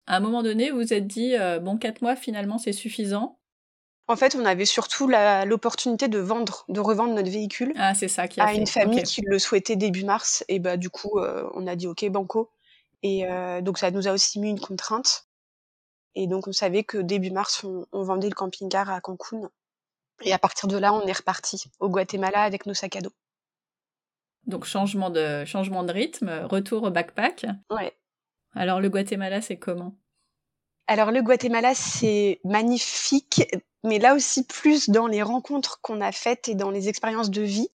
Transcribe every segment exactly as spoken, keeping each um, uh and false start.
À un moment donné, vous vous êtes dit, euh, bon, quatre mois, finalement, c'est suffisant. En fait, on avait surtout la, l'opportunité de vendre, de revendre notre véhicule Ah, c'est ça qui a à une fait. famille Ok. qui le souhaitait début mars. Et bah, du coup, euh, on a dit OK, banco. Et euh, donc, ça nous a aussi mis une contrainte. Et donc, on savait que début mars, on, on vendait le camping-car à Cancun. Et à partir de là, on est reparti au Guatemala avec nos sacs à dos. Donc, changement de, changement de rythme, retour au backpack. Ouais. Alors, le Guatemala, c'est comment? Alors, le Guatemala, c'est magnifique, mais là aussi, plus dans les rencontres qu'on a faites et dans les expériences de vie.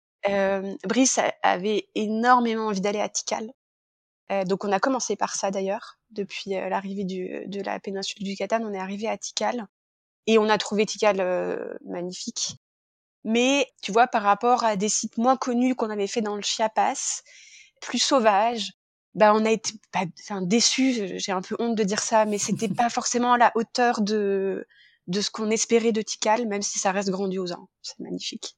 Euh, Brice a- avait énormément envie d'aller à Tikal. Euh, donc, on a commencé par ça d'ailleurs. Depuis euh, l'arrivée du, de la péninsule du Yucatan, on est arrivé à Tikal. Et on a trouvé Tikal euh, magnifique. Mais, tu vois, par rapport à des sites moins connus qu'on avait fait dans le Chiapas, plus sauvages, bah, on a été bah, enfin, déçus, j'ai un peu honte de dire ça, mais c'était pas forcément à la hauteur de, de ce qu'on espérait de Tikal, même si ça reste grandiose, hein. C'est magnifique.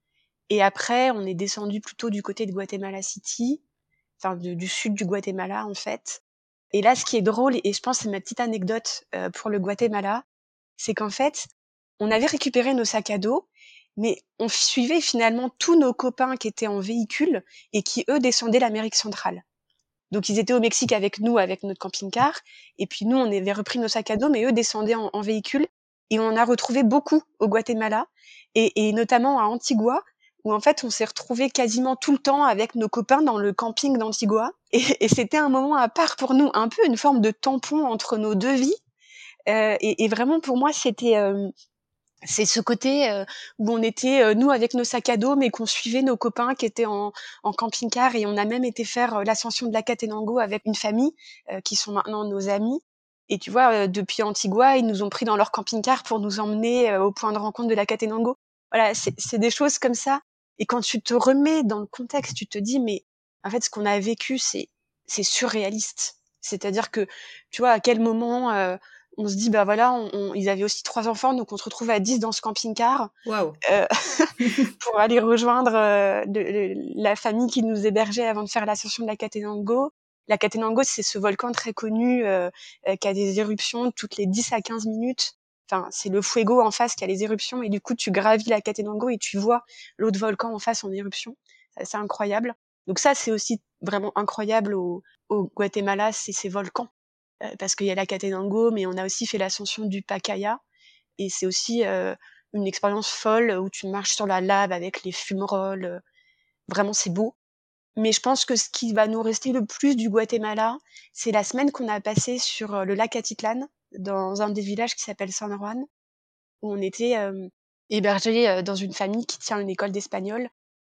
Et après, on est descendu plutôt du côté de Guatemala City, enfin de- du sud du Guatemala en fait. Et là, ce qui est drôle, et je pense que c'est ma petite anecdote euh, pour le Guatemala, c'est qu'en fait, on avait récupéré nos sacs à dos, mais on suivait finalement tous nos copains qui étaient en véhicule et qui, eux, descendaient l'Amérique centrale. Donc, ils étaient au Mexique avec nous, avec notre camping-car, et puis nous, on avait repris nos sacs à dos, mais eux descendaient en, en véhicule, et on en a retrouvé beaucoup au Guatemala, et, et notamment à Antigua, où en fait, on s'est retrouvés quasiment tout le temps avec nos copains dans le camping d'Antigua, et, et c'était un moment à part pour nous, un peu une forme de tampon entre nos deux vies, euh, et, et vraiment pour moi, c'était... Euh, c'est ce côté euh, où on était euh, nous avec nos sacs à dos mais qu'on suivait nos copains qui étaient en, en camping-car et on a même été faire euh, l'ascension de la Catenango avec une famille euh, qui sont maintenant nos amis et tu vois euh, depuis Antigua ils nous ont pris dans leur camping-car pour nous emmener euh, au point de rencontre de la Catenango. Voilà, c'est, c'est des choses comme ça et quand tu te remets dans le contexte tu te dis mais en fait ce qu'on a vécu c'est c'est surréaliste, c'est-à-dire que tu vois à quel moment euh, on se dit bah voilà, on, on, ils avaient aussi trois enfants, donc on se retrouve à dix dans ce camping-car Waouh. euh, pour aller rejoindre euh, de, de, la famille qui nous hébergeait avant de faire l'ascension de la Catenango. La Catenango, c'est ce volcan très connu euh, euh, qui a des éruptions toutes les dix à quinze minutes. Enfin, c'est le Fuego en face qui a les éruptions et du coup, tu gravis la Catenango et tu vois l'autre volcan en face en éruption. C'est assez incroyable. Donc ça, c'est aussi vraiment incroyable au, au Guatemala, c'est ces volcans. Euh, parce qu'il y a la Catenango, mais on a aussi fait l'ascension du Pacaya. Et c'est aussi euh, une expérience folle où tu marches sur la lave avec les fumerolles. Euh, vraiment, c'est beau. Mais je pense que ce qui va nous rester le plus du Guatemala, c'est la semaine qu'on a passée sur euh, le lac Atitlan, dans un des villages qui s'appelle San Juan, où on était euh, hébergés euh, dans une famille qui tient une école d'espagnol.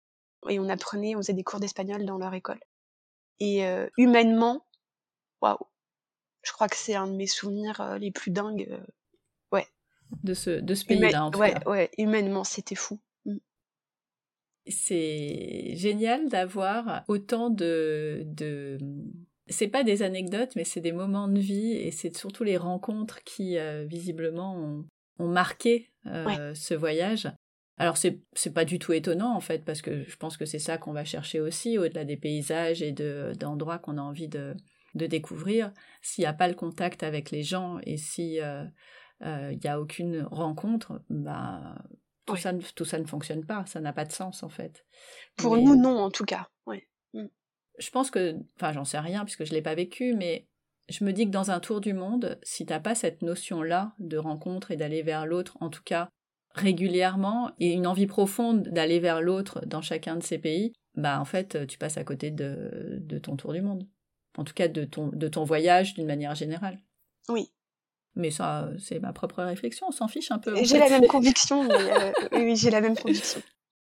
Et on apprenait, on faisait des cours d'espagnol dans leur école. Et euh, humainement, waouh, je crois que c'est un de mes souvenirs euh, les plus dingues. Euh, ouais. De ce, de ce Humain... pays-là, en tout Ouais, cas. ouais, humainement, c'était fou. Mm. C'est génial d'avoir autant de, de... C'est pas des anecdotes, mais c'est des moments de vie, et c'est surtout les rencontres qui, euh, visiblement, ont, ont marqué euh, Ouais. ce voyage. Alors, c'est, c'est pas du tout étonnant, en fait, parce que je pense que c'est ça qu'on va chercher aussi, au-delà des paysages et de, d'endroits qu'on a envie de, de découvrir. S'il n'y a pas le contact avec les gens, et si euh, euh, il n'y a aucune rencontre, bah, tout, Ouais. ça, tout ça ne fonctionne pas, ça n'a pas de sens, en fait. Pour Mais nous, euh, non, en tout cas. Ouais. Mm. je pense que, enfin, j'en sais rien puisque je l'ai pas vécu, mais je me dis que dans un tour du monde, si t'as pas cette notion-là de rencontre et d'aller vers l'autre, en tout cas régulièrement, et une envie profonde d'aller vers l'autre dans chacun de ces pays, bah en fait, tu passes à côté de, de ton tour du monde. En tout cas, de ton, de ton voyage d'une manière générale. Oui. Mais ça, c'est ma propre réflexion, on s'en fiche un peu en J'ai la fait. même conviction, mais euh, oui, oui, j'ai la même conviction.